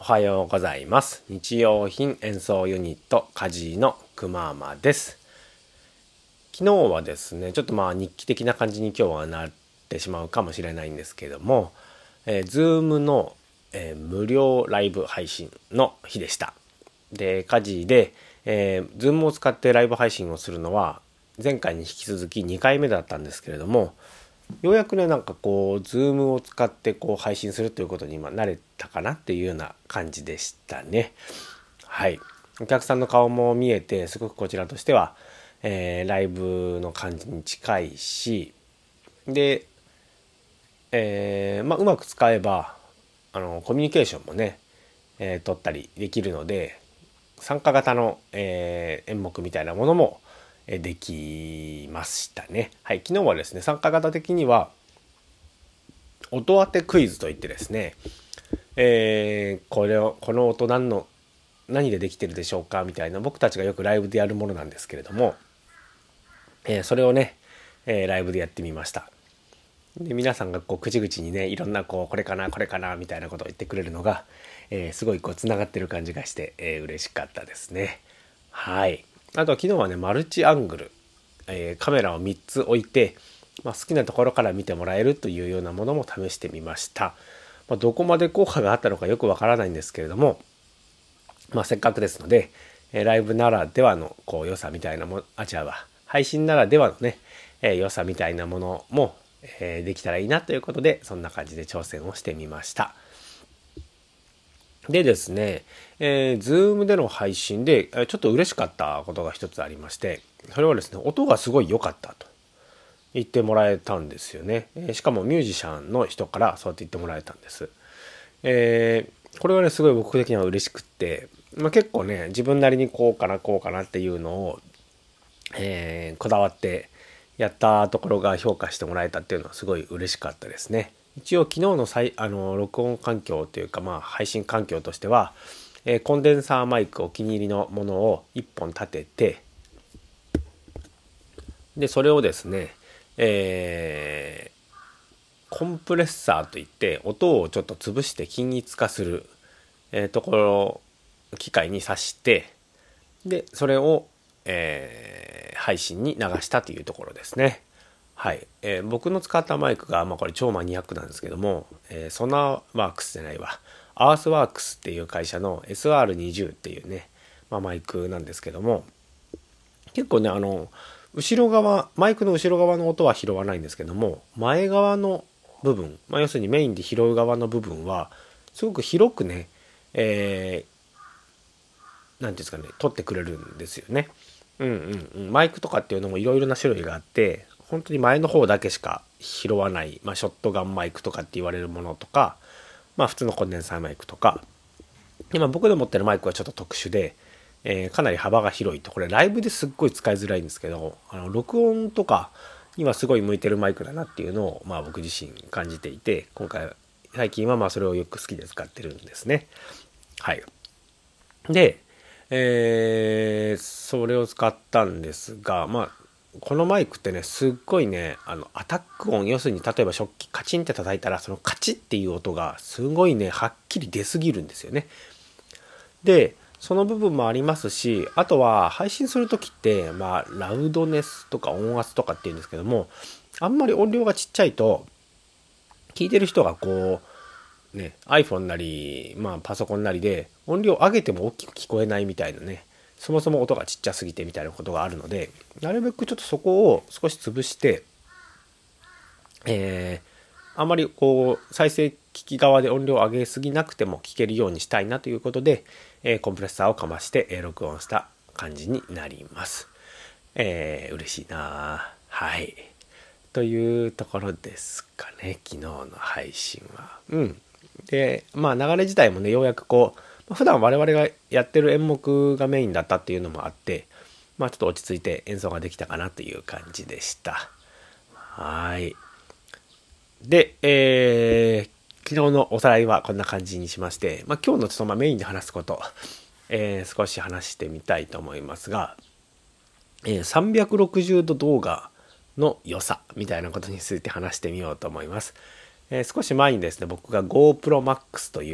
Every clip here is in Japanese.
おはようございます。日用品演奏ユニットカジーのくまーまです。昨日はですね、ちょっと日記的な感じに今日はなってしまうかもしれないんですけども、Zoom の、無料ライブ配信の日でした。で、カジーで、Zoom を使ってライブ配信をするのは前回に引き続き2回目だったんですけれども、ようやくねZoom を使って配信するということに今慣れたかなっていうような感じでしたね。はい。お客さんの顔も見えてすごくこちらとしては、ライブの感じに近いし、で、うまく使えばコミュニケーションもね、取ったりできるので、参加型の、演目みたいなものもできましたね。はい、昨日はですね、参加型的には音当てクイズといってですね、この音何でできてるでしょうかみたいな、僕たちがよくライブでやるものなんですけれども、それをね、ライブでやってみました。で、皆さんが口々にね、いろんなこれかなみたいなことを言ってくれるのが、すごいつながってる感じがして、嬉しかったですね。はい。あと昨日はね、マルチアングル、カメラを3つ置いて、好きなところから見てもらえるというようなものも試してみました。どこまで効果があったのかよくわからないんですけれども、せっかくですので、ライブならではの良さみたいな配信ならではのね、良さみたいなものも、できたらいいなということで、そんな感じで挑戦をしてみました。でですね、Zoom での配信でちょっと嬉しかったことが一つありまして、それはですね、音がすごい良かったと言ってもらえたんですよね。しかもミュージシャンの人からそうやって言ってもらえたんです。これはね、すごい僕的には嬉しくって、結構ね、自分なりにこうかなっていうのを、こだわってやったところが評価してもらえたっていうのはすごい嬉しかったですね。一応昨日の録音環境というか配信環境としては、コンデンサーマイクお気に入りのものを1本立てて、でそれをですね、コンプレッサーといって音をちょっと潰して均一化する、ところ機械に挿して、でそれを、配信に流したというところですね。はい、僕の使ったマイクが、これ超マニアックなんですけども、ソナーワークスじゃないわ、アースワークスっていう会社の SR20 っていうね、マイクなんですけども、結構ね後ろ側、マイクの後ろ側の音は拾わないんですけども、前側の部分、要するにメインで拾う側の部分はすごく広くね、なんていうんですかね、取ってくれるんですよね。マイクとかっていうのもいろいろな種類があって、本当に前の方だけしか拾わない、ショットガンマイクとかって言われるものとか、普通のコンデンサーマイクとか、今僕で持ってるマイクはちょっと特殊で、かなり幅が広いと、これライブですっごい使いづらいんですけど、録音とかにはすごい向いてるマイクだなっていうのを、僕自身感じていて、最近はそれをよく好きで使ってるんですね。はい。で、それを使ったんですが、このマイクってね、すっごいね、アタック音、要するに例えば食器カチンって叩いたら、そのカチッっていう音がすごいね、はっきり出すぎるんですよね。で、その部分もありますし、あとは配信するときって、ラウドネスとか音圧とかっていうんですけども、あんまり音量がちっちゃいと、聞いてる人がiPhone なり、パソコンなりで音量上げても大きく聞こえないみたいなね、そもそも音がちっちゃすぎてみたいなことがあるので、なるべくちょっとそこを少し潰して、あまり再生機器側で音量を上げすぎなくても聞けるようにしたいなということで、コンプレッサーをかまして、録音した感じになります。嬉しいな。はい。というところですかね、昨日の配信は。で、流れ自体もね、ようやく普段我々がやってる演目がメインだったっていうのもあって、ちょっと落ち着いて演奏ができたかなという感じでした。はい。で、昨日のおさらいはこんな感じにしまして、今日のちょっとメインで話すこと、少し話してみたいと思いますが、360度動画の良さみたいなことについて話してみようと思います。少し前にですね、僕が GoPro Max という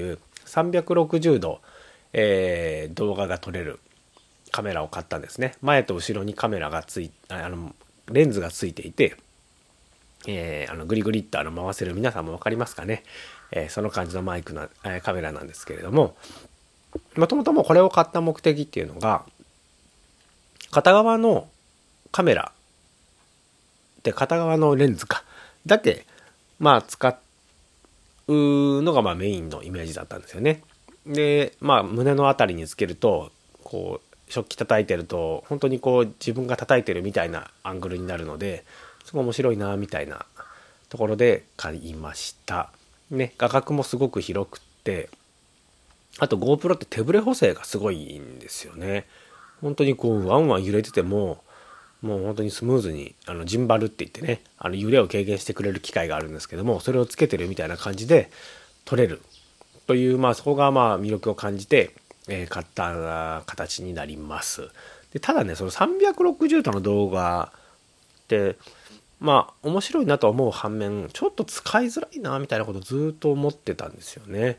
360度、動画が撮れるカメラを買ったんですね。前と後ろにカメラがレンズがついていて、グリグリっと回せる、皆さんも分かりますかね、その感じのカメラなんですけれども、もともともこれを買った目的っていうのが、片側のカメラで片側のレンズだけ使うのがメインのイメージだったんですよね。で胸のあたりにつけるとこう食器叩いてると本当にこう自分が叩いてるみたいなアングルになるので、すごい面白いなみたいなところで買いましたね。画角もすごく広くって、あと GoPro って手ブレ補正がすごいんですよね。本当にこうワンワン揺れてても本当にスムーズにジンバルって言ってね、揺れを軽減してくれる機械があるんですけども、それをつけてるみたいな感じで撮れるという、そこが魅力を感じて、買った形になります。でただね、その360度の動画って面白いなと思う反面、ちょっと使いづらいなみたいなことをずっと思ってたんですよね。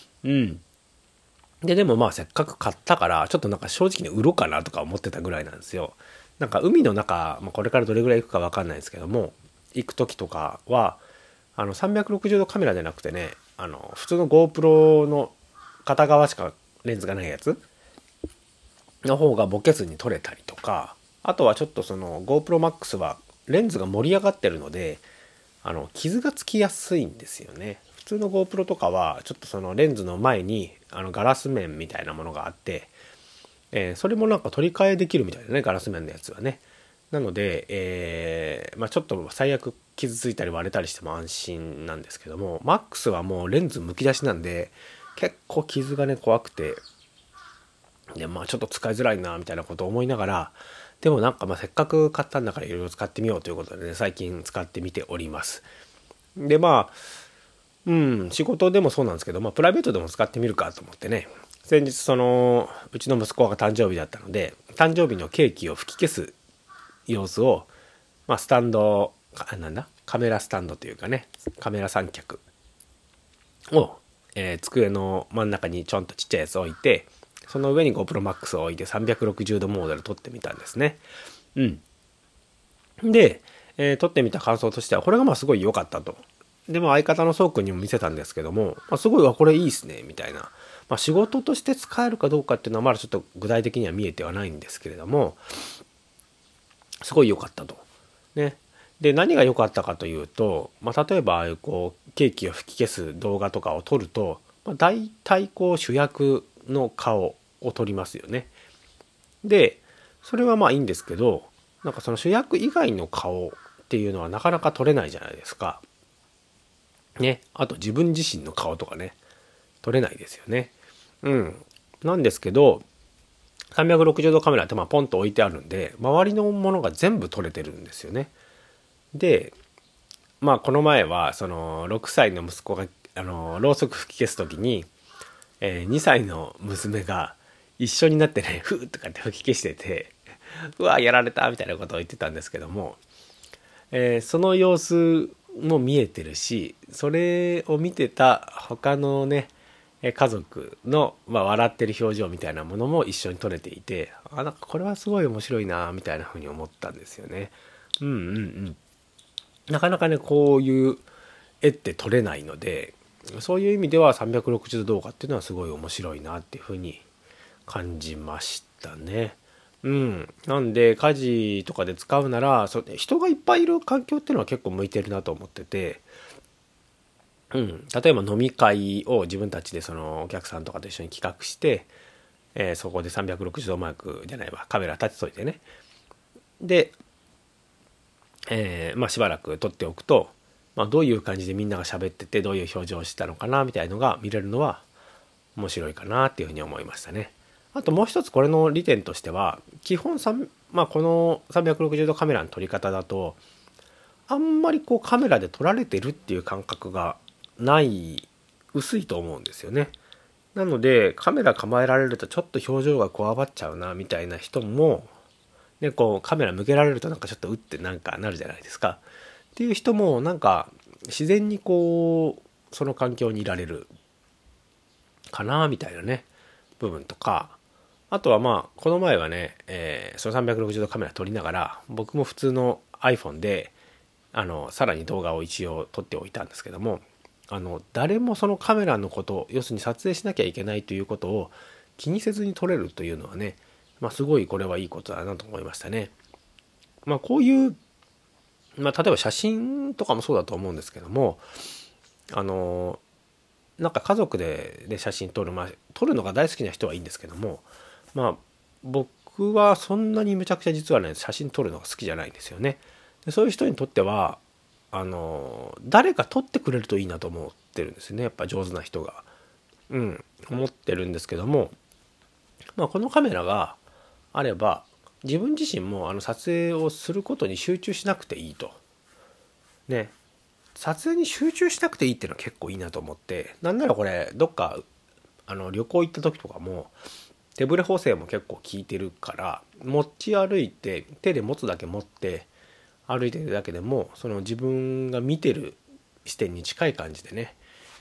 でもせっかく買ったからちょっと正直に売ろうかなとか思ってたぐらいなんですよ。海の中、これからどれぐらい行くか分かんないですけども、行く時とかは360度カメラじゃなくてね、普通の GoPro の片側しかレンズがないやつの方がボケずに撮れたりとか、あとはちょっとその GoPro Max はレンズが盛り上がってるので傷がつきやすいんですよね。普通の GoPro とかはちょっとそのレンズの前にガラス面みたいなものがあって、それも取り替えできるみたいなね、ガラス面のやつはね。なので、ちょっと最悪傷ついたり割れたりしても安心なんですけども、 MAX はもうレンズむき出しなんで結構傷がね怖くて、でちょっと使いづらいなみたいなことを思いながら、でもせっかく買ったんだからいろいろ使ってみようということでね、最近使ってみております。で仕事でもそうなんですけど、プライベートでも使ってみるかと思ってね、先日うちの息子が誕生日だったので、誕生日のケーキを吹き消す様子を、スタンドカメラスタンドというかね、カメラ三脚を、机の真ん中にちょんとちっちゃいやつを置いて、その上に GoPro Max を置いて360度モードで撮ってみたんですね。で、撮ってみた感想としてはこれがすごい良かったと。でも相方のそうくんにも見せたんですけども、すごいこれいいっすねみたいな、仕事として使えるかどうかっていうのはまだちょっと具体的には見えてはないんですけれども、すごい良かったとね。で何が良かったかというと、例えばケーキを吹き消す動画とかを撮ると、大体主役の顔を撮りますよね。でそれはいいんですけど、その主役以外の顔っていうのはなかなか撮れないじゃないですかね。あと自分自身の顔とかね、撮れないですよね。なんですけど360度カメラってポンと置いてあるんで、周りのものが全部撮れてるんですよね。でこの前はその6歳の息子がろうそく吹き消す時に、2歳の娘が一緒になってね、ふーとかって吹き消してて、うわやられたみたいなことを言ってたんですけども、その様子も見えてるし、それを見てた他のね家族の、笑ってる表情みたいなものも一緒に撮れていて、これはすごい面白いなみたいな風に思ったんですよね。なかなかねこういう絵って撮れないので、そういう意味では360度動画っていうのはすごい面白いなっていう風に感じましたね。なんで家事とかで使うなら、人がいっぱいいる環境っていうのは結構向いてるなと思ってて、例えば飲み会を自分たちでそのお客さんとかと一緒に企画して、そこで360度マークじゃないわ、カメラ立てといてね、で、しばらく撮っておくと、どういう感じでみんなが喋っててどういう表情をしたのかなみたいのが見れるのは面白いかなっていうふうに思いましたね。あともう一つこれの利点としては、基本この360度カメラの撮り方だとあんまりカメラで撮られてるっていう感覚が薄いと思うんですよね。なのでカメラ構えられるとちょっと表情がこわばっちゃうなみたいな人も、カメラ向けられるとちょっとなるじゃないですかっていう人も自然にその環境にいられるかなみたいなね部分とか、あとはまあこの前はね、その360度カメラ撮りながら僕も普通の iPhone でさらに動画を一応撮っておいたんですけども、誰もそのカメラのこと、要するに撮影しなきゃいけないということを気にせずに撮れるというのはね、すごいこれはいいことだなと思いましたね。こういう、例えば写真とかもそうだと思うんですけども、なんか家族で、写真撮る、撮るのが大好きな人はいいんですけども、僕はそんなにむちゃくちゃ実はね写真撮るのが好きじゃないんですよね。でそういう人にとっては誰か撮ってくれるといいなと思ってるんですよね、やっぱ上手な人が。思ってるんですけども、このカメラがあれば自分自身も撮影をすることに集中しなくていいと。ね、撮影に集中しなくていいっていうのは結構いいなと思って、なんならこれどっか旅行行った時とかも手ブレ補正も結構効いてるから、持ち歩いて手で持つだけ持って歩いてるだけでもその自分が見てる視点に近い感じでね、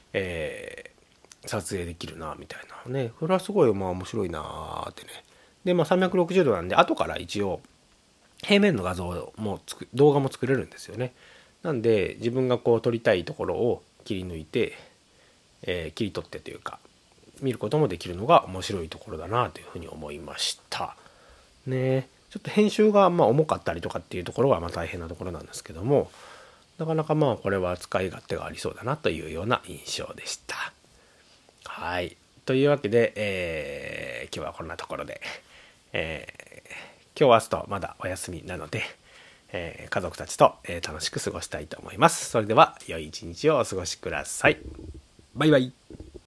撮影できるなみたいなね、これはすごい面白いなってね。で360度なんで後から一応平面の画像も動画も作れるんですよね。なんで自分がこう撮りたいところを切り抜いて、切り取ってというか見ることもできるのが面白いところだなというふうに思いましたね。ちょっと編集が重かったりとかっていうところは大変なところなんですけども、なかなかこれは使い勝手がありそうだなというような印象でした。はい、というわけで、今日はこんなところで、今日は明日とまだお休みなので、家族たちと、楽しく過ごしたいと思います。それでは良い一日をお過ごしください。バイバイ。